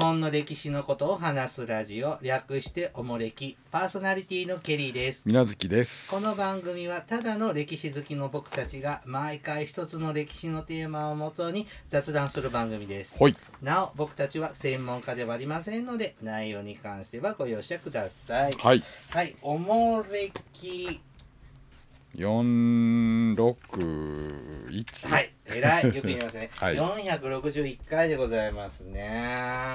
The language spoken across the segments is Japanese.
本の歴史のことを話すラジオ、略しておもれき。パーソナリティのケリーです。 みなずきです。 この番組はただの歴史好きの僕たちが毎回一つの歴史のテーマをもとに雑談する番組です。 はい。 なお僕たちは専門家ではありませんので、内容に関してはご容赦ください。 はい。 はい、おもれき。 461。 はい、えらい、よく言いますね。 はい、 461回でございますね。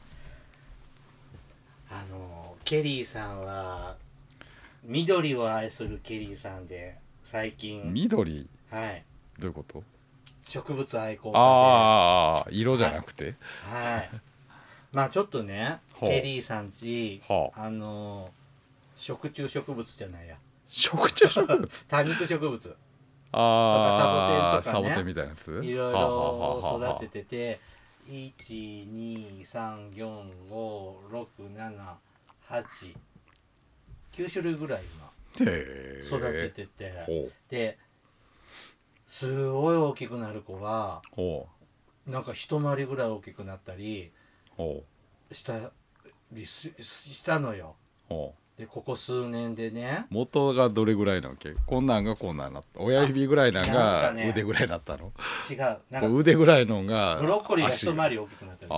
ケリーさんは緑を愛するケリーさんで、最近緑、 はい、 どういうこと？ 植物愛好家で、 ああ、色じゃなくて、 はい、まあちょっとね、ケリーさんち、食虫植物じゃないや、 食虫植物多肉植物ああ、 サボテンとかね、 サボテンみたいなやつ、 いろいろ育ててて、1,2,3,4,5,6,7,8 9種類ぐらい今育ててて、ですごい大きくなる子はなんか一回りぐらい大きくなったりしたのよ。でここ数年でね、 元がどれぐらいなわけ？こんなんがこんなんなった、親指ぐらいなんが腕ぐらいになったの？ 違う、なんか腕ぐらいのがブロッコリーが一回り大きくなったり、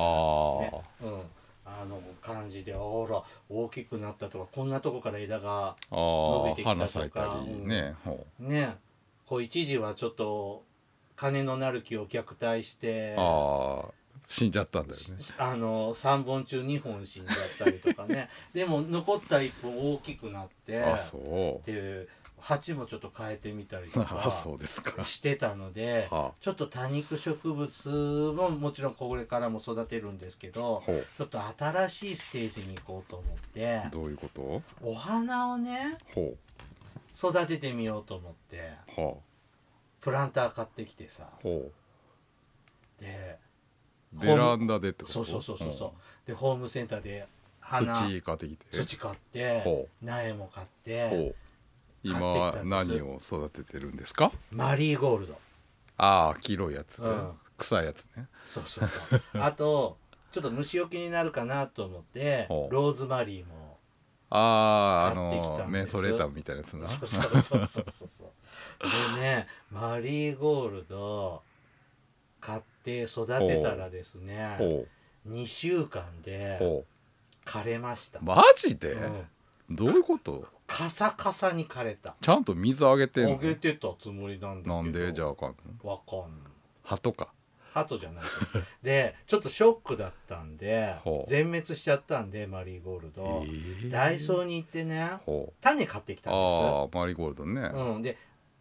ね、 感じで、ほら大きくなったとか、こんなとこから枝が伸びてきたとか、 花咲いたりね、 ね、こう一時はちょっと金のなる木を虐待して死んじゃったんだよね。 3本中2本死んじゃったりとかねでも残った1本大きくなってで鉢もちょっと変えてみたりとかしてたので、ちょっと多肉植物ももちろんこれからも育てるんですけど、ちょっと新しいステージに行こうと思って。 どういうこと？ お花をね育ててみようと思って、プランター買ってきてさ、でベランダでってこと？ そうでホームセンターで土買ってきて、 土買って苗も買って今は何を育ててるんですか？ マリーゴールド。 黄色いやつね、臭いやつね。 そうあとちょっと虫除けになるかなと思ってローズマリーも買ってきたんです。 メンソレーターみたいなやつな。 そうでね、マリーゴールド買って育てたらですね、2週間で枯れました。 マジで？どういうこと？ カサカサに枯れた。 ちゃんと水あげてんの？ あげてたつもりなんだけど。 なんでじゃああかんの？ わかんない。 鳩か。 鳩じゃないでちょっとショックだったんで全滅しちゃったんで、マリーゴールド、ダイソーに行ってね種買ってきたんです。 マリーゴールドね。 で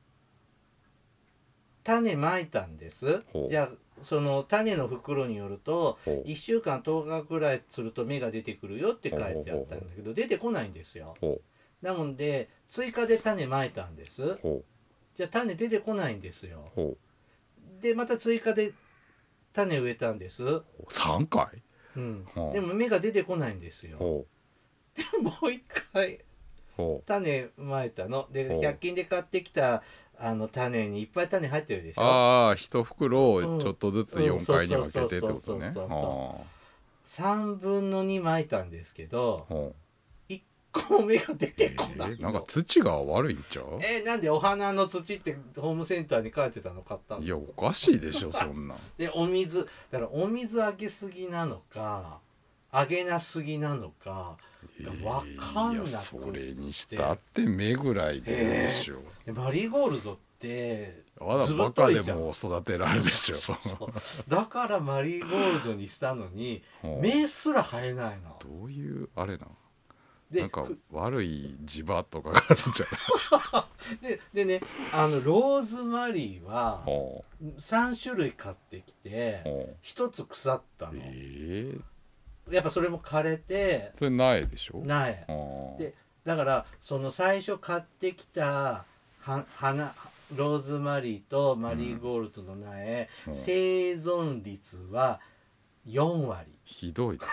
種まいたんです。じゃあその種の袋によると1週間10日ぐらいすると芽が出てくるよって書いてあったんだけど、出てこないんですよ。なので追加で種まいたんです。じゃあ種出てこないんですよ。でまた追加で種植えたんです。 3回？ でも芽が出てこないんですよ。でもう一回種まいたので、100均で買ってきた種にいっぱい種入ってるでしょ。 1袋をちょっとずつ4回に分けてってことね。 3分の2まいたんですけど1個芽が出てこないの。 なんか土が悪いんちゃう？ なんでお花の土ってホームセンターに書いてたの買ったの？ いやおかしいでしょそんなでお水あげすぎなのかあげなすぎなのか分かんなくて、 それにしたって芽ぐらいででしょ。 マリーゴールドってバカでも育てられるでしょ。 だからマリーゴールドにしたのに芽すら生えないの。 どういうあれなの？なんか悪い磁場とかがあるんじゃないでね、ローズマリーは3種類買ってきて1つ腐ったの。やっぱそれも枯れて、 それ苗でしょ？ 苗で、だからその最初買ってきた花ローズマリーとマリーゴールドの苗、生存率は4割。 ひどい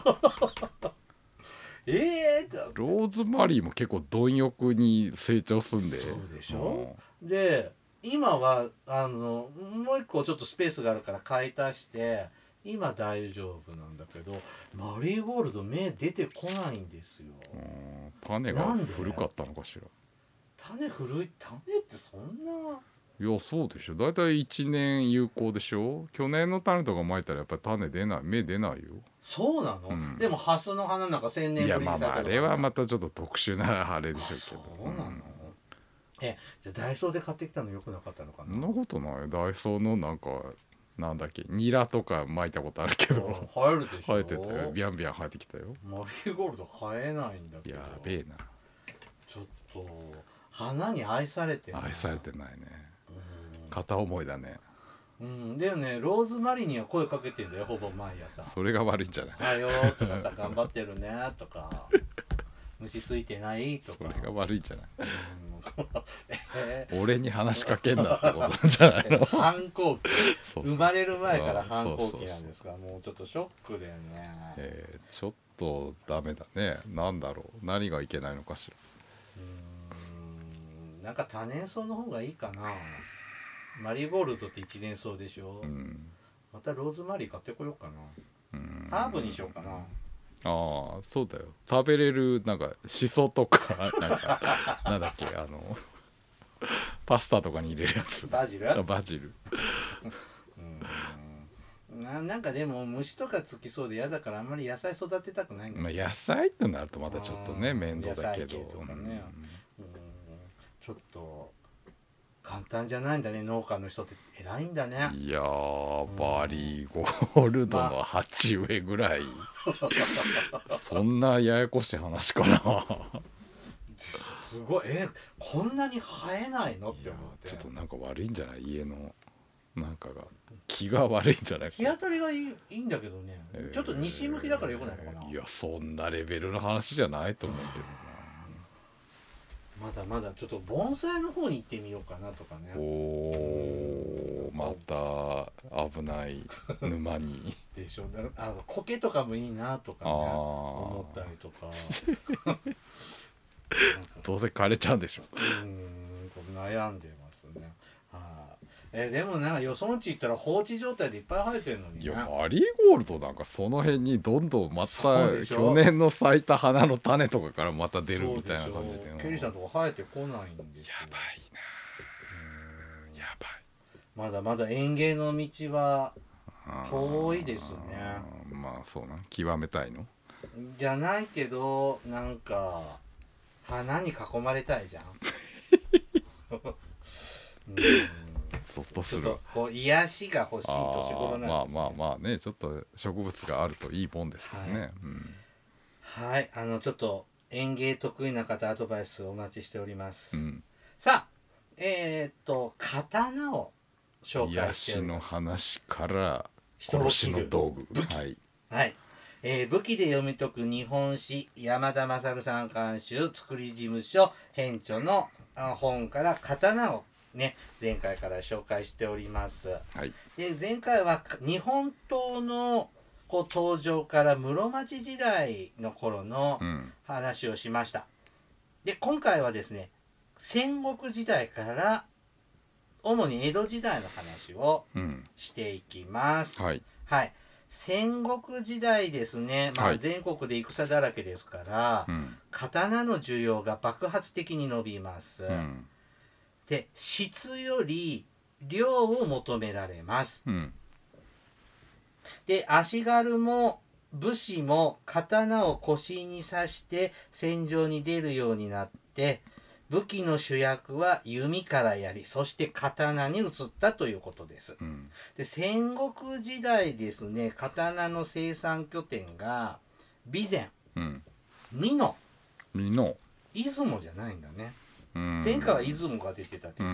ローズマリーも結構貪欲に成長すんで。 そうでしょ。で今はもう一個ちょっとスペースがあるから買い足して今大丈夫なんだけど、マリーゴールド芽出てこないんですよ。 種が古かったのかしら。 種古い、種ってそんな。 いやそうでしょ、だいたい1年有効でしょ。去年の種とかまいたらやっぱり種出ない、芽出ないよ。 そうなの、うん、でもハスの花なんか1000年ぶりに咲くのかな。 いやまああれはまたちょっと特殊なあれでしょうけど。 そうなの、じゃあダイソーで買ってきたのよくなかったのかな。 そんなことない。ダイソーのなんかなんだっけ、ニラとか巻いたことあるけど生えるでしょ。 生えてたよ、ビャンビャン生えてきたよ。 マリーゴールド生えないんだけど。 やべえな。 ちょっと花に愛されてない。 愛されてないね。片思いだね。 うん、でもね、ローズマリーには声かけてんだよ、ほぼ毎朝。 それが悪いんじゃない。 はよとかさ、頑張ってるねとか、虫ついてないとか。 それが悪いんじゃない。俺に話しかけんなってことなんじゃないの。 反抗期。生まれる前から反抗期なんですが、もうちょっとショックだよね。 ちょっとダメだね。なんだろう、何がいけないのかしら。 なんか多年草の方がいいかな。マリーゴールドって一年草でしょ、またローズマリー買ってこようかな。ハーブにしようかな。 ああそうだよ、食べれるなんかシソとかなんかなんだっけ、パスタとかに入れるやつ。 バジル。 バジル。 なんかでも虫とかつきそうで嫌だからあんまり野菜育てたくないんだけど、 まあ野菜ってなるとまたちょっとね面倒だけど、 ちょっと簡単じゃないんだね、農家の人って偉いんだね。 いやー、バリーゴールドの鉢植えぐらい、そんなややこしい話かな。 すごい、こんなに生えないのって思って。 ちょっとなんか悪いんじゃない、家のなんかが気が悪いんじゃないか。 日当たりがいいんだけどね、ちょっと西向きだからよくないのかな。 いやそんなレベルの話じゃないと思うけどな。 まだまだちょっと盆栽の方に行ってみようかなとかね。 また危ない沼にでしょ。苔とかもいいなとかね思ったりとか。 どうせ枯れちゃうんでしょ。 悩んでますね。でもなんかよその地行ったら放置状態でいっぱい生えてるのにね。 いやマリーゴールドなんかその辺にどんどんまた去年の咲いた花の種とかからまた出るみたいな感じで、 ケリーさんとか生えてこないんですよ。 やばいな。やばい。 まだまだ園芸の道は遠いですね。 まあそうな、極めたいのじゃないけど、なんか花に囲まれたいじゃん。 ゾッとする。ちょっとこう癒しが欲しい年頃なんです、ね。 まあね、ちょっと植物があるといいもんですけどね。 はい、ちょっと園芸得意な方アドバイスお待ちしております。さあ、刀を紹介しております。 癒しの話から殺しの道具。 はい。武器で読み解く日本史、山田勝さん監修、作り事務所編著の本から刀をね、前回から紹介しております。で前回は日本刀の登場から室町時代の頃の話をしました。で今回はですね、戦国時代から主に江戸時代の話をしていきます。戦国時代ですね、全国で戦だらけですから、刀の需要が爆発的に伸びます。で質より量を求められます。で足軽も武士も刀を腰に刺して戦場に出るようになって、武器の主役は弓から槍、そして刀に移ったということです。で戦国時代ですね、刀の生産拠点が備前、美濃、出雲じゃないんだね。前回は出雲が出てたけ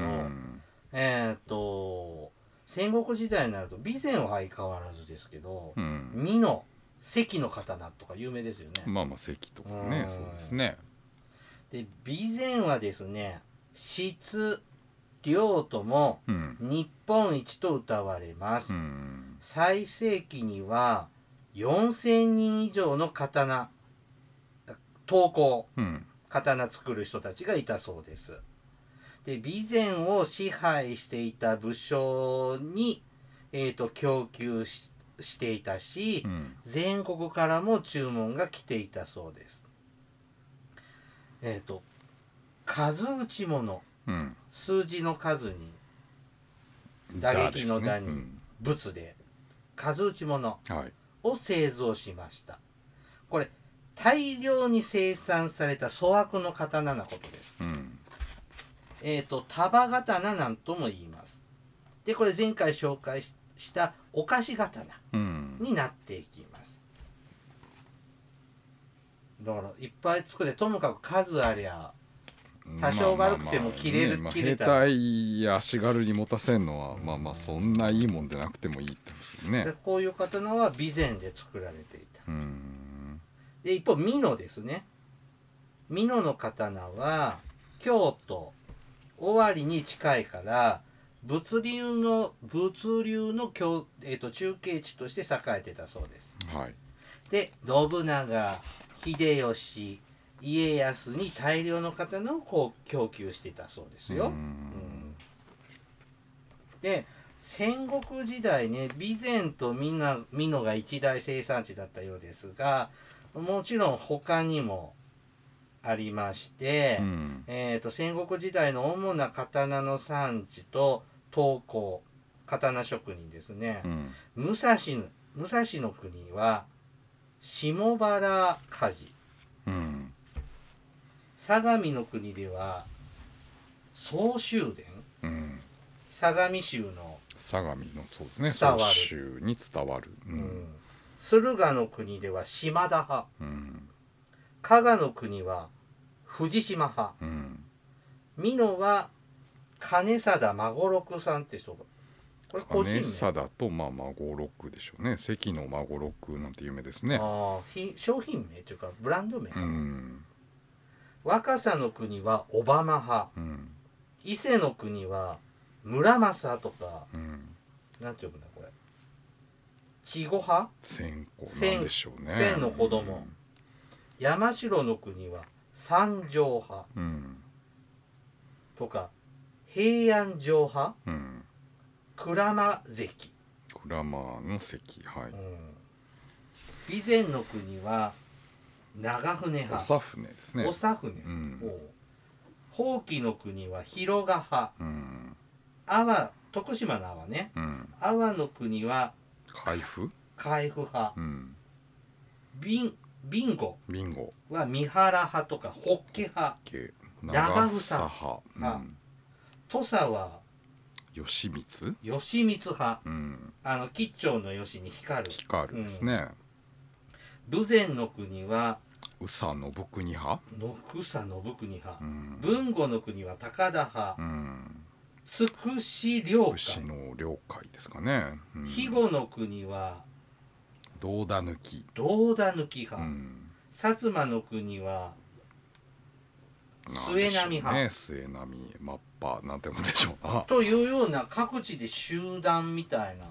ど、戦国時代になると備前は相変わらずですけど、美濃、関の刀とか有名ですよね。 まあ関とかね、そうですね。 で備前はですね、質量とも日本一と謳われます。最盛期には4000人以上の刀作る人たちがいたそうです。で備前を支配していた武将に、供給していたし、 全国からも注文が来ていたそうです。数打ち物、数字の数に打撃の打に仏で数打ち物を製造しました。これ大量に生産された粗悪の刀なことです。束刀なんとも言います。でこれ前回紹介したお菓子刀になっていきます。だからいっぱい作れ、ともかく数ありゃ多少悪くても切れる、切れたら兵隊や足軽に持たせるのは、そんないいもんでなくてもいいって話ね。 でこういう刀は備前で作られていた。で一方美濃ですね。美濃の刀は京都尾張に近いから物流の中継地として栄えてたそうです。で信長、秀吉、家康に大量の刀を供給していたそうですよ。で戦国時代ね、備前と美濃が一大生産地だったようですが、もちろん他にもありまして、戦国時代の主な刀の産地と刀工、刀職人ですね。武蔵の国は下原鍛冶、相模の国では総州伝、相模州のそうですね、総州に伝わる。 駿河の国では島田派、加賀の国は藤島派、美濃は金貞孫六さんって人が、これ個人名。 金貞と孫六でしょうね。関の孫六なんて有名ですね。 商品名というかブランド名かな。若狭の国は小浜派、伊勢の国は村正とか、なんて呼ぶんだこれ、稚児派、 千子なんでしょうね。 千の子供、山城の国は三条派、とか平安城派、鞍馬関、 鞍馬の関、 備前の国は長船派、 長船ですね。 長船、宝亀の国は広賀派、徳島の阿波ね、阿波の国は海部派、備後は三原派とか法華派、長房派、土佐は義満派、吉兆の吉に光るですね。 豊前の国は宇佐信国派、 豊後の国は高田派、筑紫領海の領海ですかね。 肥後の国は道田抜き派、薩摩の国は末波派、 末波マッパなんてもんでしょうな。 というような各地で集団みたいな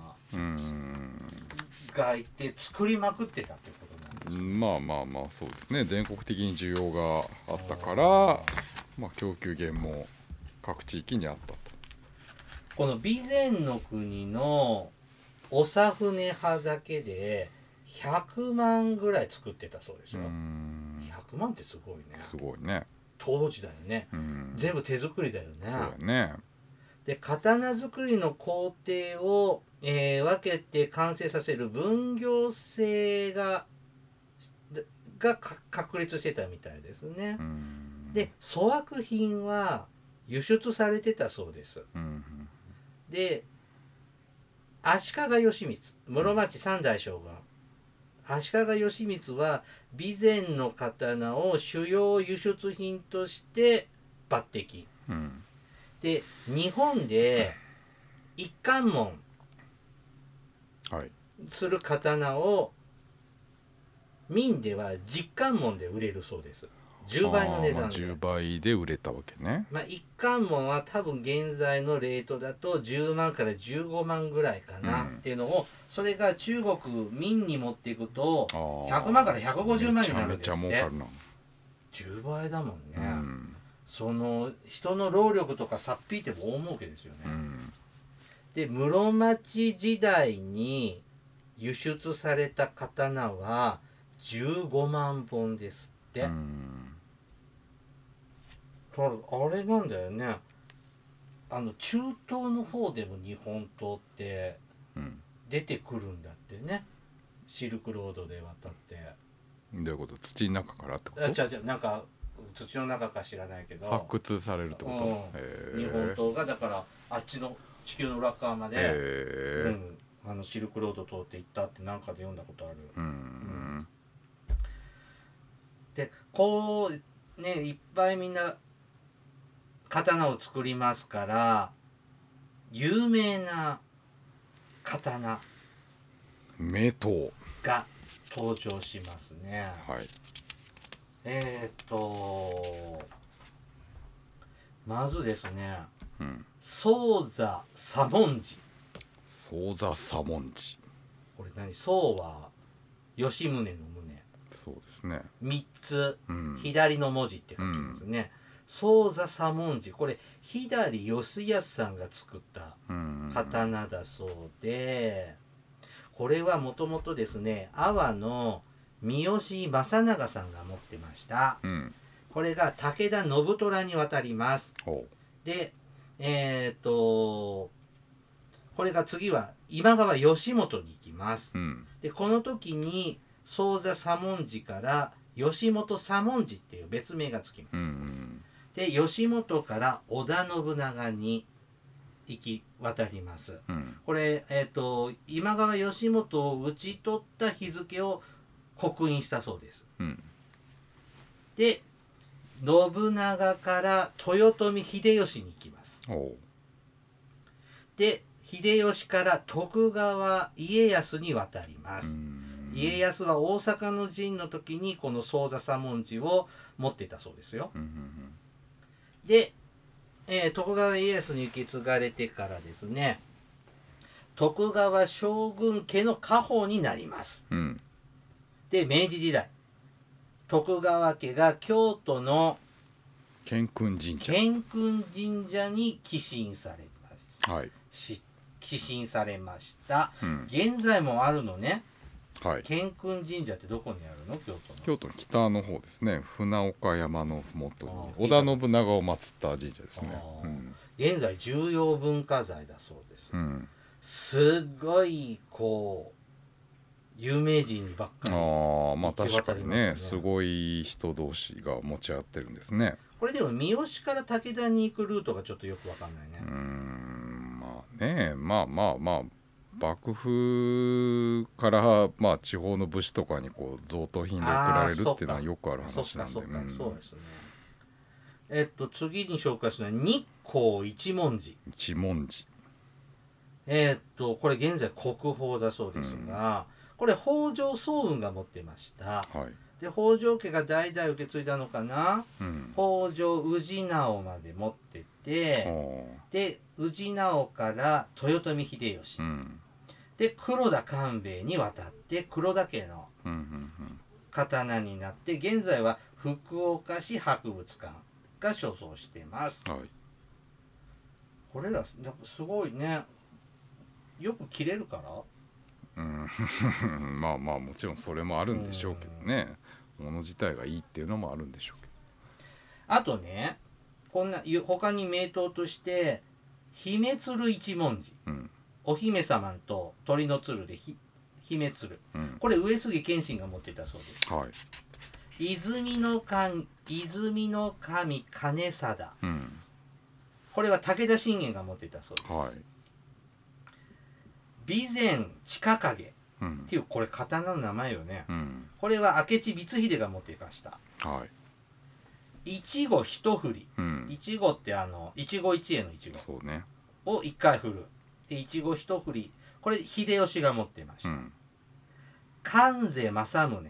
がいて作りまくってたってことなんです。 そうですね。全国的に需要があったから、供給源も各地域にあったと。 この備前の国の長船派だけで100万ぐらい作ってたそうですよ。100万ってすごいね。 すごいね。 当時だよね。全部手作りだよね。 そうやね。で刀作りの工程を、分けて完成させる分業制が確立してたみたいですね。で粗悪品は輸出されてたそうです。で足利義満、室町三代将軍足利義満は備前の刀を主要輸出品として抜擢、で日本で一貫門する刀を明では10貫門で売れるそうです。10倍の値段で。 10倍で売れたわけね。 一貫門は多分現在のレートだと10万から15万ぐらいかなっていうのを、それが中国明に持っていくと100万から150万になるんですって。めちゃめちゃ儲かるな。10倍だもんね。その人の労力とかさっぴいても大儲けですよね。で室町時代に輸出された刀は15万本ですって。だからあれなんだよね、中東の方でも日本刀って出てくるんだってね、シルクロードで渡って。 どういうこと？土の中からってこと？ 違うなんか土の中か知らないけど発掘されるってこと？ 日本刀がだからあっちの地球の裏側まで、シルクロード通って行ったって何かで読んだことある。でこうね、いっぱいみんな刀を作りますから、有名な刀名刀が登場しますね。 はい。 まずですね、宗座左文字。 宗座左文字。 これ何？宗は吉宗の宗。 そうですね。 3つ、左の文字って書きますね。宗座左文字、これ左義康さんが作った刀だそうで、これはもともとですね、阿波の三好正長さんが持ってました。これが武田信虎に渡ります。で、これが次は今川義元に行きます。で、この時に宗座左文字から義元左文字っていう別名がつきます。で、義元から織田信長に行き渡ります。これ、今川義元を討ち取った日付を刻印したそうです。で、信長から豊臣秀吉に行きます。で、秀吉から徳川家康に渡ります。家康は大阪の陣の時にこの宗座左文字を持っていたそうですよ。で、徳川家康に受け継がれてからですね、徳川将軍家の家宝になります。で、明治時代、徳川家が京都の乾坤神社に寄進されました。寄進されました。現在もあるのね。乾坤神社ってどこにあるの？ 京都の北の方ですね。船岡山のふもとに織田信長を祀った神社ですね。 現在重要文化財だそうです。すごいこう有名人にばっかりまあ確かにね、すごい人同士が持ち合ってるんですね。 これでも三好から武田に行くルートがちょっとよくわかんないね。 まあね、まあ幕府からまあ地方の武士とかにこう贈答品で送られるっていうのはよくある話なんで。 そうですね。次に紹介するのは日光一文字。 一文字。 これ現在国宝だそうですが、これ北条早雲が持ってました。で、北条家が代々受け継いだのかな。北条氏直まで持ってて、で氏直から豊臣秀吉、で黒田官兵衛に渡って黒田家の刀になって、現在は福岡市博物館が所蔵してます。これらすごいね。よく切れるから。 まあもちろんそれもあるんでしょうけどね。物自体がいいっていうのもあるんでしょうけど。 あとね、こんな他に名刀として姫鶴一文字、お姫様と鳥の鶴で姫鶴、これ上杉謙信が持っていたそうです。泉の神金貞、これは武田信玄が持っていたそうです。備前千景っていう、これ刀の名前よね。これは明智光秀が持っていました。一期一振り、一期って一期一会の一期を一回振る。で一期一振り、これ秀吉が持っていました。関瀬正宗、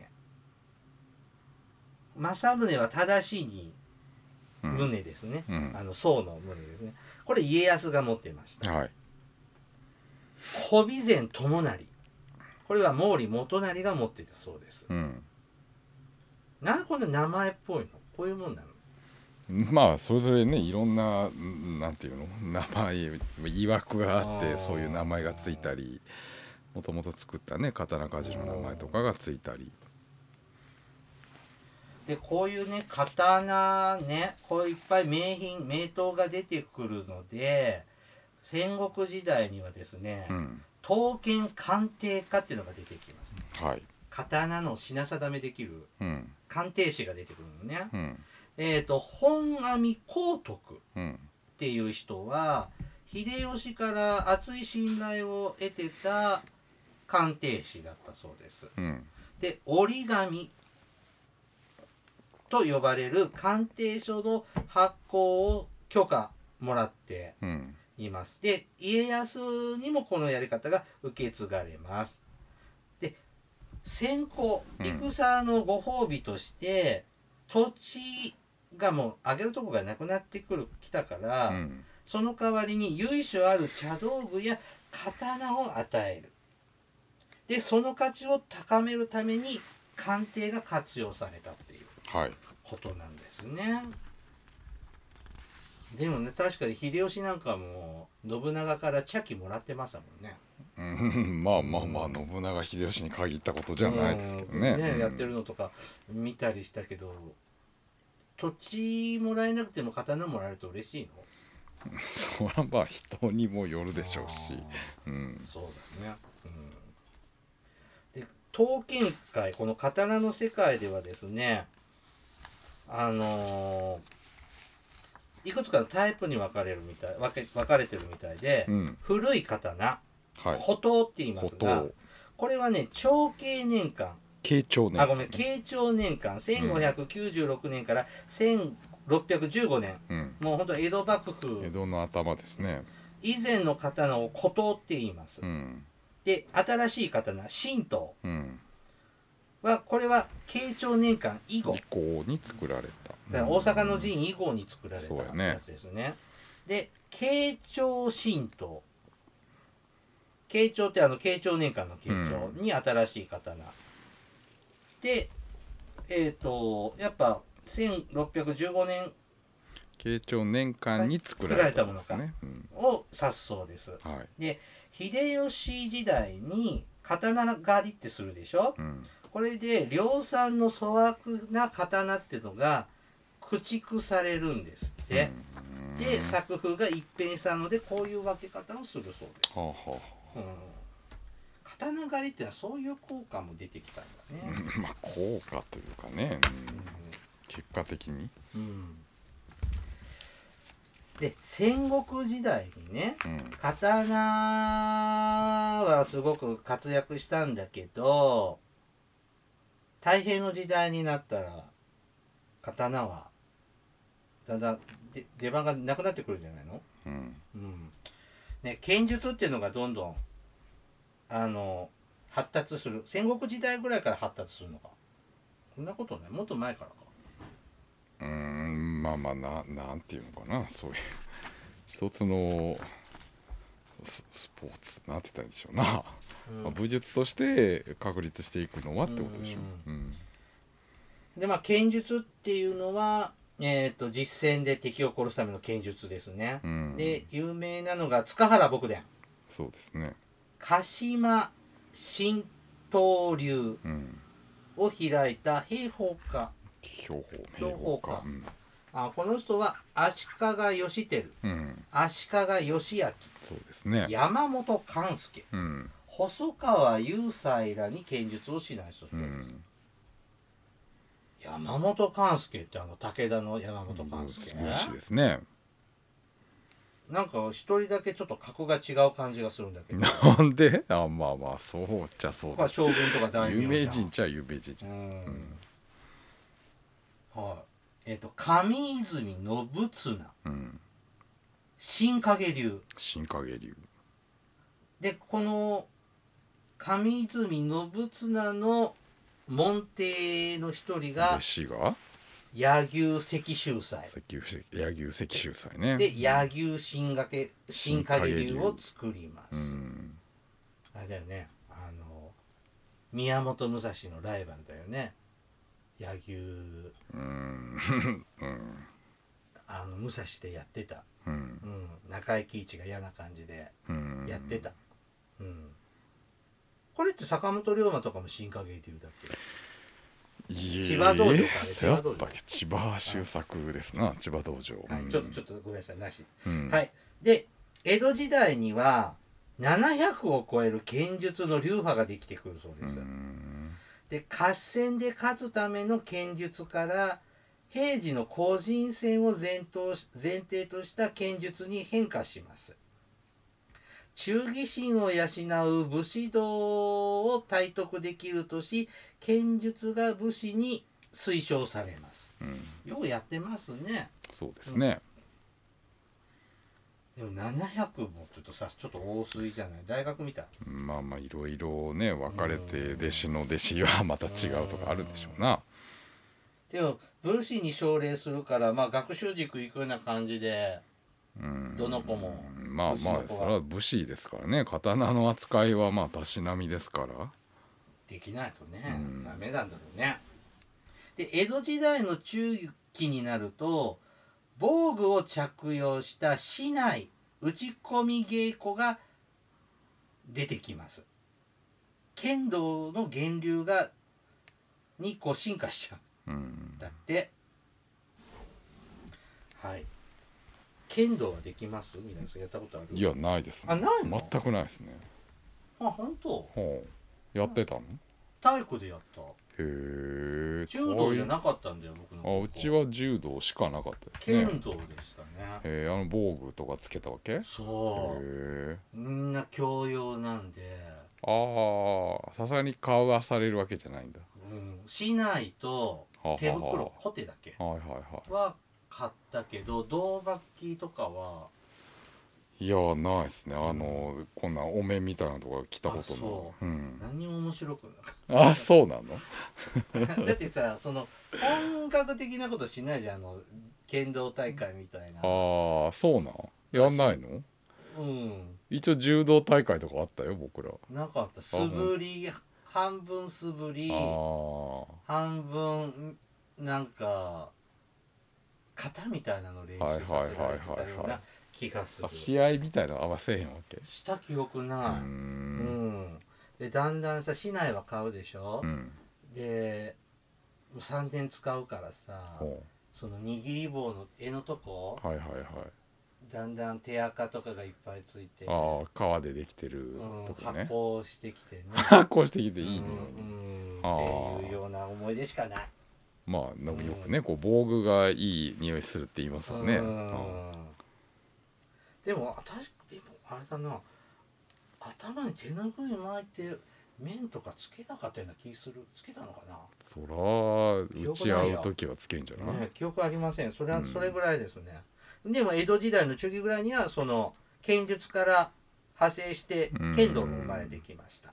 正宗は正しいに宗ですね。宋の宗ですね。これ家康が持っていました。小備前友成、これは毛利元就が持っていたそうです。なんでこんな名前っぽいの？こういうもんなの？ まあそれぞれね、いろんななんていうの、名前曰くがあって、そういう名前がついたり、 もともと作ったね刀鍛冶の名前とかがついたり。 でこういうね刀ねこういっぱい名刀が出てくるので戦国時代にはですね、刀剣鑑定家っていうのが出てきます、 はい、 刀の品定めできる鑑定士が出てくるのね、本阿弥光徳っていう人は、秀吉から厚い信頼を得てた鑑定士だったそうです、で折り紙と呼ばれる鑑定書の発行を許可もらっています、で家康にもこのやり方が受け継がれます。で戦功戦のご褒美として、土地がもうあげるとこがなくなってきたから、その代わりに由緒ある茶道具や刀を与える。でその価値を高めるために鑑定が活用されたっていうことなんですね、でもね確かに秀吉なんかも信長から茶器もらってましたもんね。 まあまあまあ、信長秀吉に限ったことじゃないですけどね、 やってるのとか見たりしたけど、土地もらえなくても刀もらえると嬉しいのそれはまあ人にもよるでしょうし、 そうだね、で刀剣界この刀の世界ではですねいくつかのタイプに分かれてるみたいで、古い刀、古刀って言いますが、これはね長慶年間慶長年間1596年から1615年、もうほんと江戸幕府江戸の頭ですね以前の刀を古刀って言います、で新しい刀新刀はこれは慶長年間以降に作られた、 だから大阪の陣以降に作られたやつですね。で慶長新刀、慶長って慶長年間の慶長に新しい刀、でやっぱ1615年慶長年間に作られたものか、 を指すそうです、で秀吉時代に刀狩りってするでしょ、これで量産の粗悪な刀っていうのが駆逐されるんですって、で作風が一変したのでこういう分け方をするそうです、刀狩りっていうのはそういう効果も出てきたんだね、 まあ効果というかね、結果的に、 で戦国時代にね、刀はすごく活躍したんだけど太平の時代になったら刀はだんだん出番がなくなってくるんじゃないの、ね、剣術っていうのがどんどん発達する戦国時代ぐらいから発達するのか、そんなことないもっと前からか。 まあまあなんていうのかな、そういう一つのスポーツなんて言ったらいいんでしょうな、まあ、武術として確立していくのはってことでしょう。 で剣術っていうのは実戦で敵を殺すための剣術ですね、で有名なのが塚原卜伝、 そうですね、 鹿島神道流を開いた兵法家、この人は足利義輝、足利義昭、 そうですね、 山本勘助、細川雄斎らに剣術を指南した人です、山本勘助って武田の山本勘助、 すごいしですね。 なんか一人だけちょっと格が違う感じがするんだけど。 なんで？まあまあそうっちゃそうです。 将軍とか大名有名人っちゃ有名人じゃん。 はい。上泉信綱、新影流。でこの上泉信綱の門弟の一人が弟子が柳生石秀才、 柳生石秀才ね。 で柳生新影流を作ります。あれだよね、宮本武蔵のライバルだよね、柳生武蔵でやってた、中井貴一が嫌な感じでやってた、 これって坂本龍馬とかも新華芸っていうだっけ？ 千葉道場かそうやったっけ？千葉周作ですな、千葉道場、 はい、ちょっとごめんなさいなし、 うんはい。で江戸時代には700を超える剣術の流派ができてくるそうです。で合戦で勝つための剣術から平時の個人戦を前提とした剣術に変化します。忠義心を養う武士道を体得できるとし、剣術が武士に推奨されます。よくやってますね。 そうですね、 でも700もちょっとさ、ちょっと多すぎじゃない？大学みたい。 まあまあいろいろね分かれて、弟子の弟子はまた違うとかあるんでしょうな。 でも武士に奨励するから、まあ学習塾行くような感じで、どの子もまあまあそれは武士ですからね。刀の扱いはまあたしなみですからできないとね、ダメなんだろうね。で江戸時代の中期になると防具を着用した竹刀打ち込み稽古が出てきます。剣道の源流にこう進化しちゃう、だって。はい。剣道はできます？皆さんやったことある？ いやないですね。 あ、ないの？ 全くないですね。 あ、本当？ やってたの？ 体育でやった。 へえ。 柔道じゃなかったんだよ僕の高校。 うちは柔道しかなかったですね。 剣道でしたね。 防具とかつけたわけ？ そう。みんな教養なんで。 さすがに顔はされるわけじゃないんだ。 竹刀と手袋、コテだけは買ったけど、銅楽器とかはいやないですね。こんなお面みたいなとこ着たことない。 何も面白くなかった。 そうなの？ だってさ、その本格的なことしないじゃん、剣道大会みたいな。 そうなん？やんないの？一応柔道大会とかあったよ僕ら。 なかった。素振り、半分素振り、半分なんか型みたいなの練習させられてたような気がする。 試合みたいなの合わせへんわけ？ した記憶ない。でだんだんさ、竹刀は買うでしょ、で3年使うからさ、その握り棒の柄のとこ、だんだん手垢とかがいっぱいついて、 革でできてるとこね。 発酵してきてね。 発酵してきていいね。 っていうような思い出しかない。 まあよくね、こう防具がいい匂いするって言いますよね。 でもあれだな、頭に手ぬぐい巻いて面とかつけなかったような気する。つけたのかな？ そら打ち合う時はつけんじゃない？ 記憶ありません。それぐらいですね。でも江戸時代の中期ぐらいにはその剣術から派生して剣道も生まれてきました。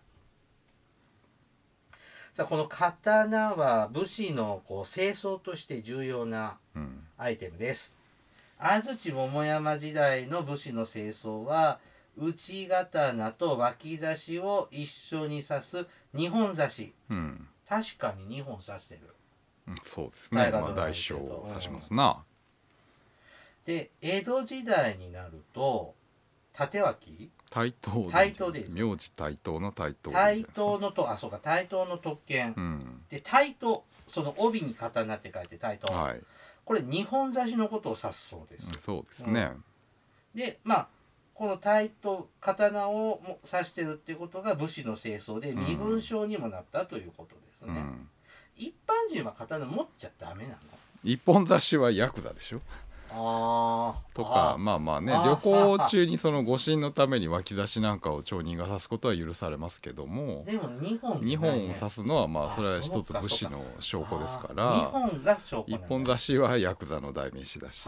さあこの刀は武士の正装として重要なアイテムです。安土桃山時代の武士の正装は内刀と脇差しを一緒に刺す二本差し、確かに2本刺してる、 そうですね。大小を刺しますな。 で江戸時代になると縦脇対等で名字対等の対等対等のとそうか対等の特権、で対等、その帯に刀って書いて対等、これ2本差しのことを指すそうです。 そうですね。でこの対等刀を指してるっていうことが武士の正装で身分証にもなったということですね。一般人は刀持っちゃダメなの？ 一本差しはヤクザでしょ。とかまあね、旅行中にその護身のために脇差しなんかを町人が指すことは許されますけども、 でも2本を指すのはそれは一つ武士の証拠ですから、 2本が証拠なんだ。 一本差しはヤクザの代名詞だし。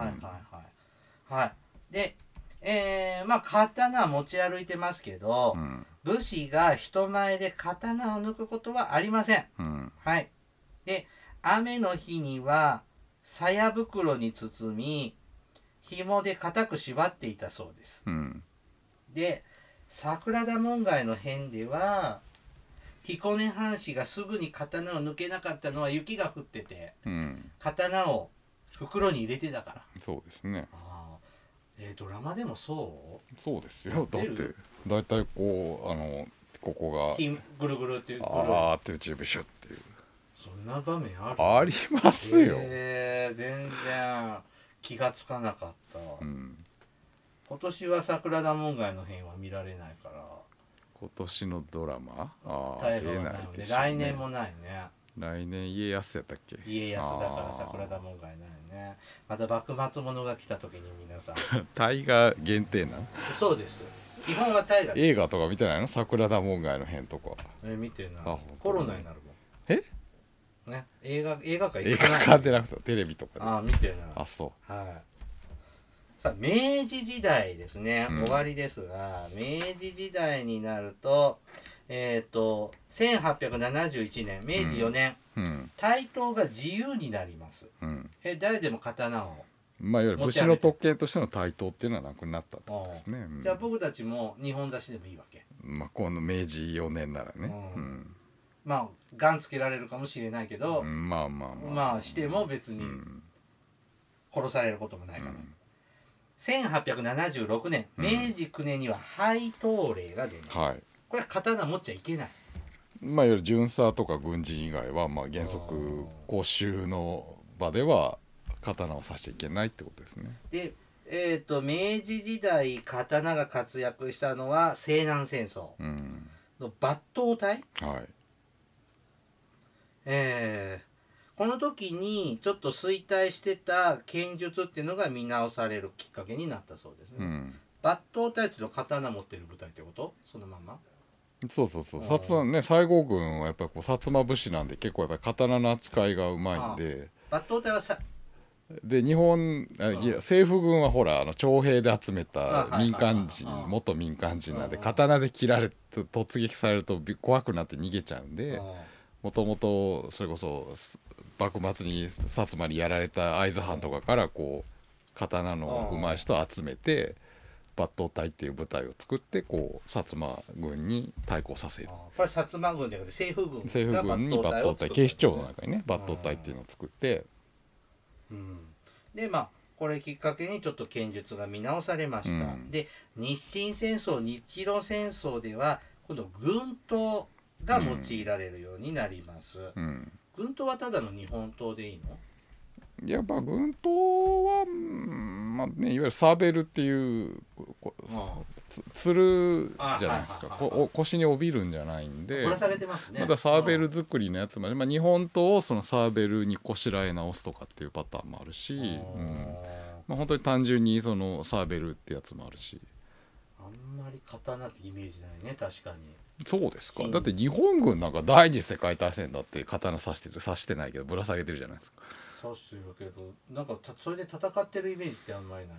で刀は持ち歩いてますけど、武士が人前で刀を抜くことはありません。で雨の日には鞘袋に包み紐で固く縛っていたそうです。で桜田門外の変では彦根藩士がすぐに刀を抜けなかったのは雪が降ってて、刀を袋に入れてたから。 そうですね。 ドラマでもそうですよ。だってだいたいこここがぐるぐるっていうあーっていうチューブシュっていうそんな場面ある？ ありますよ、 全然気がつかなかった、今年は桜田門外の辺は見られないから今年のドラマ大河はないので、来年もないね。 来年家康やったっけ？ 家康だから桜田門外ないね。また幕末物が来た時に皆さん大河限定なの？ そうです、基本は大河です。 映画とか見てないの？桜田門外の辺とか見てない。コロナになるもんね。映画館行ってない。 映画館でなくてテレビとかで。 見てない。 そうはい。さあ明治時代ですね、終わりですが、明治時代になると1871年明治4年、対等が自由になります、誰でも刀をいわゆる武士の特権としての対等っていうのはなくなったってことですね、 じゃあ僕たちも日本差しでもいいわけ？ この明治4年ならね、 ガンつけられるかもしれないけど、しても別に殺されることもないから、1876年、明治9年には廃刀令が出ます、これは刀持っちゃいけない。 いわゆる巡査とか軍人以外は原則公衆の場では刀を刺しちゃいけないってことですね。 で、明治時代刀が活躍したのは西南戦争の抜刀隊、この時にちょっと衰退してた剣術っていうのが見直されるきっかけになったそうですね、抜刀隊っていうのは刀持ってる部隊ってこと？そのままそう西郷軍はやっぱり薩摩武士なんで結構やっぱり刀の扱いがうまいんで、 抜刀隊はで日本政府軍はほら徴兵で集めた民間人元民間人なんで刀で切られて突撃されると怖くなって逃げちゃうんで、もともとそれこそ幕末に薩摩にやられた会津藩とかからこう刀の上手い人を集めて抜刀隊っていう部隊を作ってこう薩摩軍に対抗させる。 これ薩摩軍じゃなくて政府軍に抜刀隊、警視庁の中にね抜刀隊っていうのを作って、 でこれきっかけにちょっと剣術が見直されました、で日清戦争日露戦争では今度軍刀が用いられるようになります、軍刀はただの日本刀でいいの？ いや軍刀は、いわゆるサーベルっていうつるじゃないですか、腰に帯びるんじゃないんで、 ぶら下げてますね。 まだサーベル作りのやつまで、日本刀をそのサーベルにこしらえ直すとかっていうパターンもあるし、本当に単純にそのサーベルってやつもあるし。 あんまり刀ってイメージないね、確かに。 そうですか。だって日本軍なんか第二次世界大戦だって刀刺してないけどぶら下げてるじゃないですか。 刺してるけどなんかそれで戦ってるイメージってあんまりない。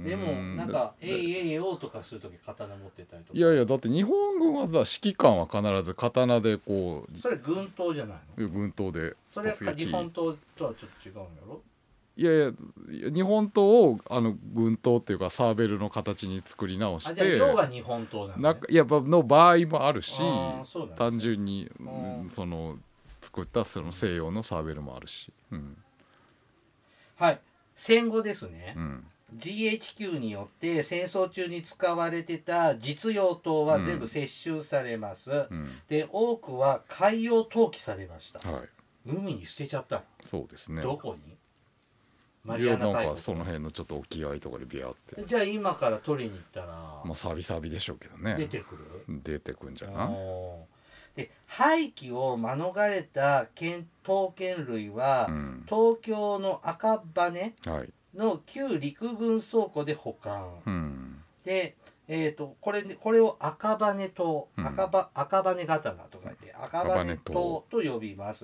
でもなんかえいおうとかするとき刀持ってたりとか。 いやだって日本軍は指揮官は必ず刀でこう。 それ軍刀じゃないの？ 軍刀で。 それは日本刀とはちょっと違うんやろ？ いや日本刀を軍刀っていうかサーベルの形に作り直して、 要は日本刀なのね。 いやの場合もあるし、単純にその作ったその西洋のサーベルもあるし、 はい、戦後ですね、GHQ によって戦争中に使われてた実用刀は全部接収されます、で多くは海洋投棄されました、海に捨てちゃった。 そうですね。 どこに？ マリアナ海溝。なんかその辺のちょっと沖合とかでビャーって。 じゃあ今から取りに行ったらサビサビでしょうけどね。 出てくるんじゃない？ で廃棄を免れた刀剣類は、東京の赤羽の旧陸軍倉庫で保管、で、これを赤羽刀、赤羽刀と書いて赤羽刀と呼びます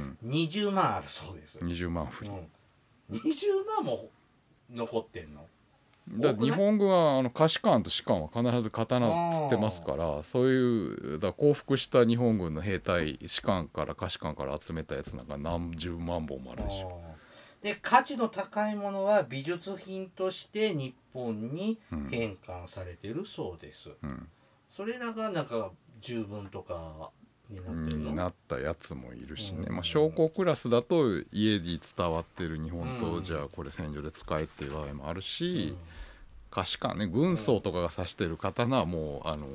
、20万あるそうです。 20万振り、 20万も残ってんの？ だ日本軍は下士官と士官は必ず刀つってますから、そういう降伏した日本軍の兵隊士官から下士官から集めたやつなんか何十万本もあるでしょ。 で価値の高いものは美術品として日本に返還されてるそうです、それらがなんか十分とかになってるの？ なったやつもいるしね、将校クラスだと家に伝わってる日本刀じゃあこれ戦場で使えっていう場合もあるし、下士官ね軍曹とかが指してる刀はもう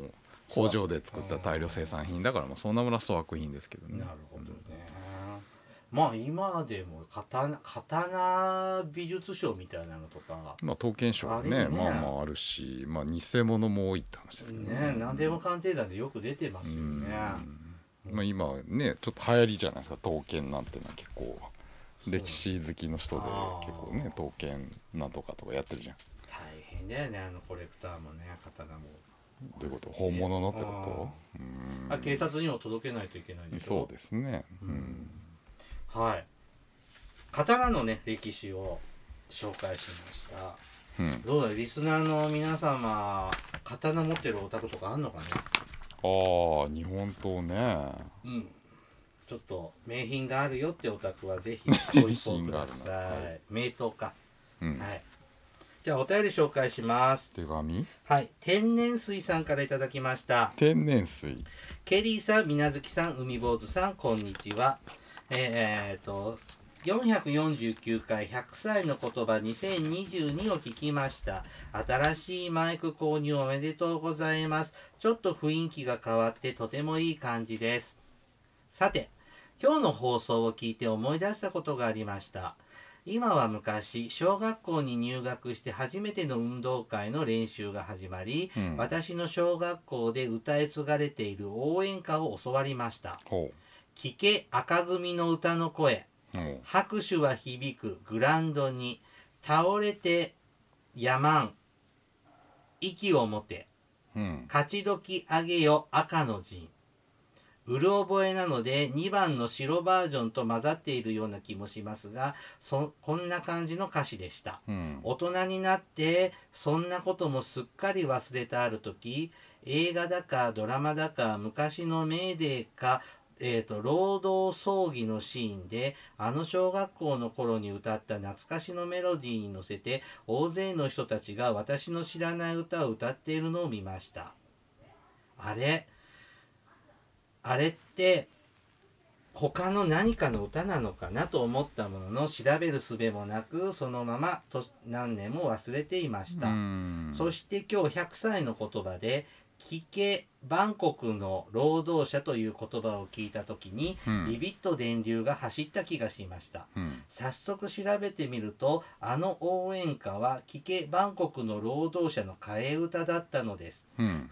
工場で作った大量生産品だから、まあそんなものは粗悪品ですけどね。 なるほどね。まあ今でも刀美術賞みたいなのとか、 まあ刀剣賞はね、まあまああるし、まあ偽物も多いって話ですけどね。何でも鑑定団でよく出てますよね。 まあ今ねちょっと流行りじゃないですか、刀剣なんてのは。結構歴史好きの人で結構ね刀剣なんとかとかやってるじゃん。 大変だよね、コレクターもね、刀も。 どういうこと？本物のってこと？ 警察にも届けないといけないんでしょ。 そうですね。 はい。刀のね歴史を紹介しました。どうだ、リスナーの皆様、刀持ってるお宅とかあんのかね。 ああ、日本刀ね。 ちょっと名品があるよってお宅はぜひご一報ください。名刀か。はい。じゃあお便り紹介します。 手紙？ はい。天然水さんからいただきました。 天然水。 ケリーさん、みなずきさん、海坊主さん、こんにちは。449回100歳の言葉2022を聞きました。新しいマイク購入おめでとうございます。ちょっと雰囲気が変わってとてもいい感じです。さて、今日の放送を聞いて思い出したことがありました。今は昔、小学校に入学して初めての運動会の練習が始まり、私の小学校で歌い継がれている応援歌を教わりました。聞け赤組の歌の声、拍手は響くグラウンドに、倒れてやまん息を持て、勝ち時あげよ赤の陣。うる覚えなので2番の白バージョンと混ざっているような気もしますが、こんな感じの歌詞でした。大人になってそんなこともすっかり忘れたある時、映画だかドラマだか昔のメーデーか労働葬儀のシーンで小学校の頃に歌った懐かしのメロディーに乗せて大勢の人たちが私の知らない歌を歌っているのを見ました。あれって他の何かの歌なのかなと思ったものの、調べる術もなくそのまま何年も忘れていました。そして今日100歳の言葉で聞けバンコクの労働者という言葉を聞いた時に、ビビッと電流が走った気がしました。早速調べてみると、応援歌は聞けバンコクの労働者の替え歌だったのです。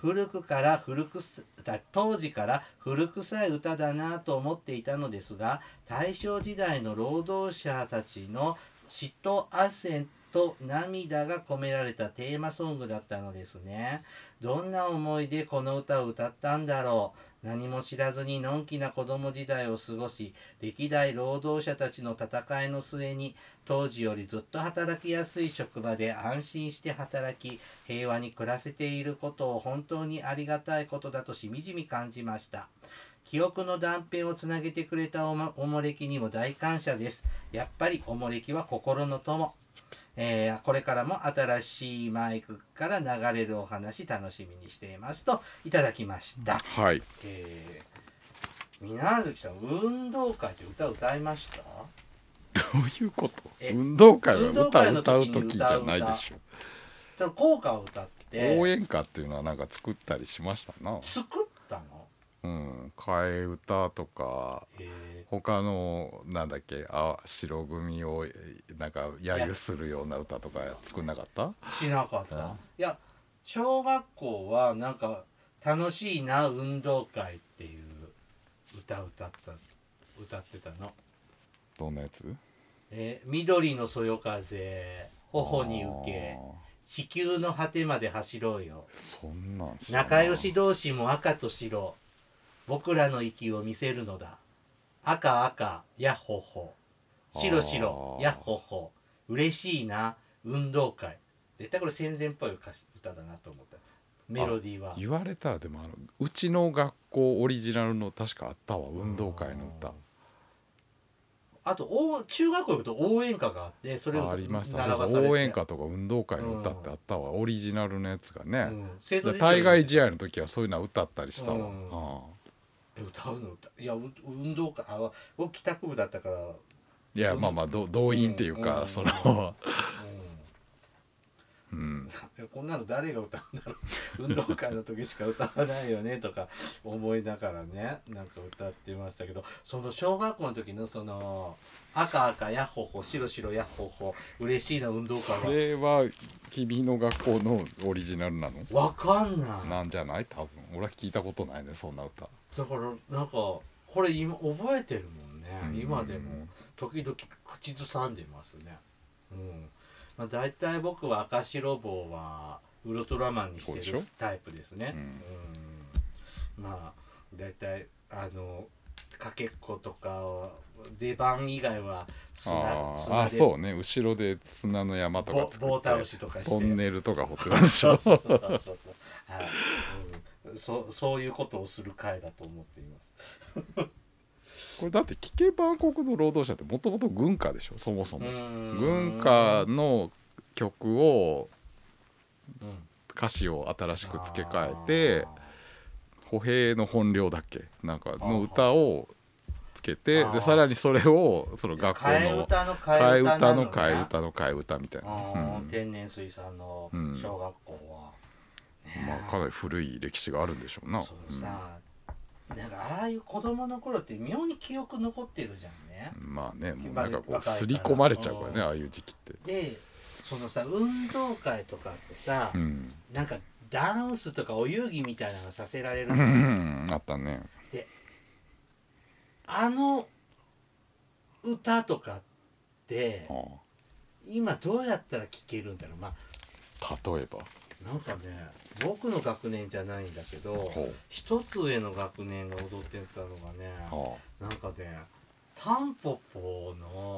当時から古臭い歌だなと思っていたのですが、大正時代の労働者たちの血と汗と涙が込められたテーマソングだったのですね。どんな思いでこの歌を歌ったんだろう。何も知らずにのんきな子供時代を過ごし、歴代労働者たちの戦いの末に当時よりずっと働きやすい職場で安心して働き、平和に暮らせていることを本当にありがたいことだとしみじみ感じました。記憶の断片をつなげてくれたおもれきにも大感謝です。やっぱりおもれきは心の友。これからも新しいマイクから流れるお話楽しみにしていますといただきました。 はい。 みなずきさん、運動会で歌歌いました？ どういうこと？運動会は歌う時じゃないでしょ。 その効果を歌って応援歌っていうのはなんか作ったりしましたな。 作ったの？ 替え歌とか他のなんだっけ、白組をなんか揶揄するような歌とか作んなかった？ しなかった。いや、小学校はなんか楽しいな運動会っていう歌ってたの。 どんなやつ？ 緑のそよ風、頬に受け、地球の果てまで走ろうよ。 そんなん知らない。 仲良し同士も赤と白、僕らの息を見せるのだ。赤赤やっほほ、白白やっほほ、嬉しいな運動会。絶対これ戦前っぽい歌だなと思った。メロディーは言われたら、でもうちの学校オリジナルの確かあったわ、運動会の歌。 あと中学校行くと応援歌があって、それをありました。応援歌とか運動会の歌ってあったわ、オリジナルのやつがね。対外試合の時はそういうの歌ったりしたわ。 歌うのいや運動会僕帰宅部だったから。 いやまあ動員っていうか、そのこんなの誰が歌うんだろう運動会の時しか歌わないよねとか思いながらねなんか歌ってましたけど、その小学校の時のその赤赤ヤッホホ白白ヤッホホ嬉しいな運動会は、 それは君の学校のオリジナルなの？ わかんない。 なんじゃない？多分俺は聞いたことないねそんな歌。 だからなんかこれ今覚えてるもんね、今でも時々口ずさんでますね。まあ、大体僕は赤白帽はウルトラマンにしてるタイプですね。まあ大体かけっことか出番以外は砂でそうね後ろで砂の山とか作って棒倒しとかしてトンネルとか掘ってたでしょそういうことをする会だと思っていますこれだって聞けば国の労働者ってもともと軍歌でしょそもそも。軍歌の曲を歌詞を新しく付け替えて歩兵の本領だっけなんかの歌をつけてでさらにそれをその学校の替え歌の替え歌の替え歌みたいな、 天然水産の小学校は、 まあかなり古い歴史があるんでしょうな。 そうさ、なんかああいう子供の頃って妙に記憶残ってるじゃんね。 まあねもうなんかこう刷り込まれちゃうからねああいう時期って。 でそのさ運動会とかってさ、なんかダンスとかお遊戯みたいなのがさせられるあったね。 で歌とかって今どうやったら聴けるんだろう。まあ例えばなんかね僕の学年じゃないんだけど一つ上の学年が踊ってたのがね、なんかねタンポポ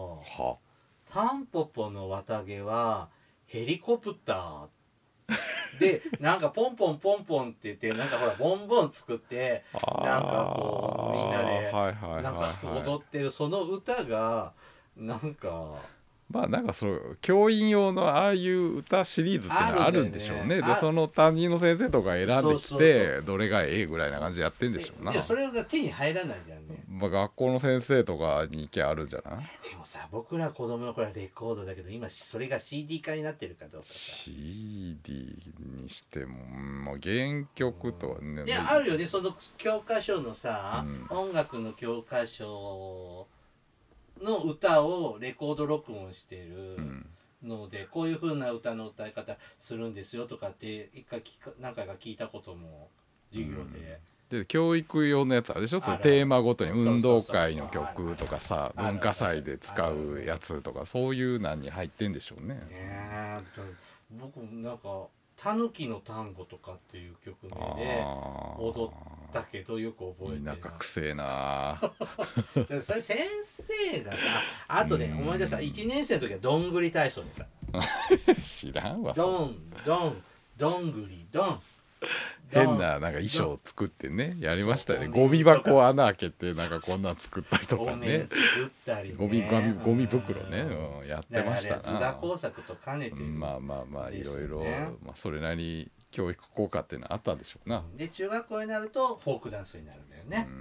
の綿毛はヘリコプターでなんかポンポンポンポンって言ってなんかほらボンボン作ってなんかこうみんなでなんか踊ってるその歌がなんかまあなんかそう教員用のああいう歌シリーズっていうのはあるんでしょうね。でその担任の先生とか選んできてどれがええぐらいな感じでやってんでしょうな。 いやそれが手に入らないじゃんね。 まあ学校の先生とかに行きゃあるんじゃない？ でもさ僕ら子供の頃はレコードだけど今それが CD 化になってるかどうかさ。 CD にしても、まあ、原曲とはね。 いやあるよねその教科書のさ、音楽の教科書の歌をレコード録音してるので、こういう風な歌の歌い方するんですよとかって何回か聞いたことも授業で、 教育用のやつあるでしょ。そのテーマごとに運動会の曲とかさ文化祭で使うやつとかそういうのに入ってんでしょうね。 僕なんかタヌキの単語とかっていう曲名で踊ったけどよく覚えてない。 田舎くせえなそれ先生がさあとね思い出した1年生の時はどんぐり体操でさ知らんわどんぐりどん変ななんか衣装を作ってねやりましたよね。ゴミ箱を穴開けてなんかこんなん作ったりとかねゴミ袋ね、やってましたな。 津田工作と兼ねてる、 まあいろいろそれなりに教育効果っていうのはあったんでしょうな。 で中学校になるとフォークダンスになるんだよね。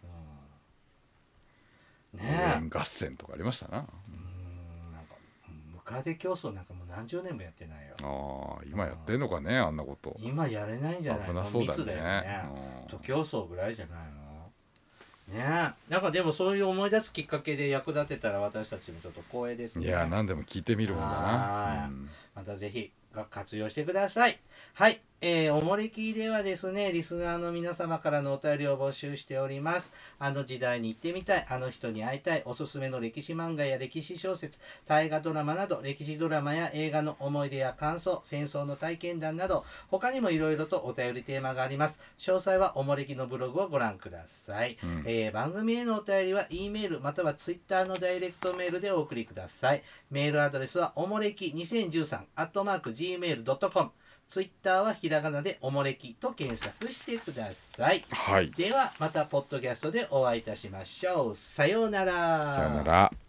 ね合戦とかありましたな。 なんかムカデ競争なんかもう何十年もやってないよ。 今やってんのかねあんなこと。 今やれないんじゃないの。密だよね。徒競走ぐらいじゃないのね。なんかでもそういう思い出すきっかけで役立てたら私たちもちょっと光栄ですね。 いや何でも聞いてみるもんだな。 またぜひ活用してください。はい、おもれきではですねリスナーの皆様からのお便りを募集しております。あの時代に行ってみたい、あの人に会いたい、おすすめの歴史漫画や歴史小説、大河ドラマなど歴史ドラマや映画の思い出や感想、戦争の体験談など他にもいろいろとお便りテーマがあります。詳細はおもれきのブログをご覧ください。番組へのお便りは E メールまたは Twitter のダイレクトメールでお送りください。メールアドレスはおもれき2013@gmail.com、ツイッターはひらがなでおもれきと検索してください。ではまたポッドキャストでお会いいたしましょう。さようなら。 さようなら。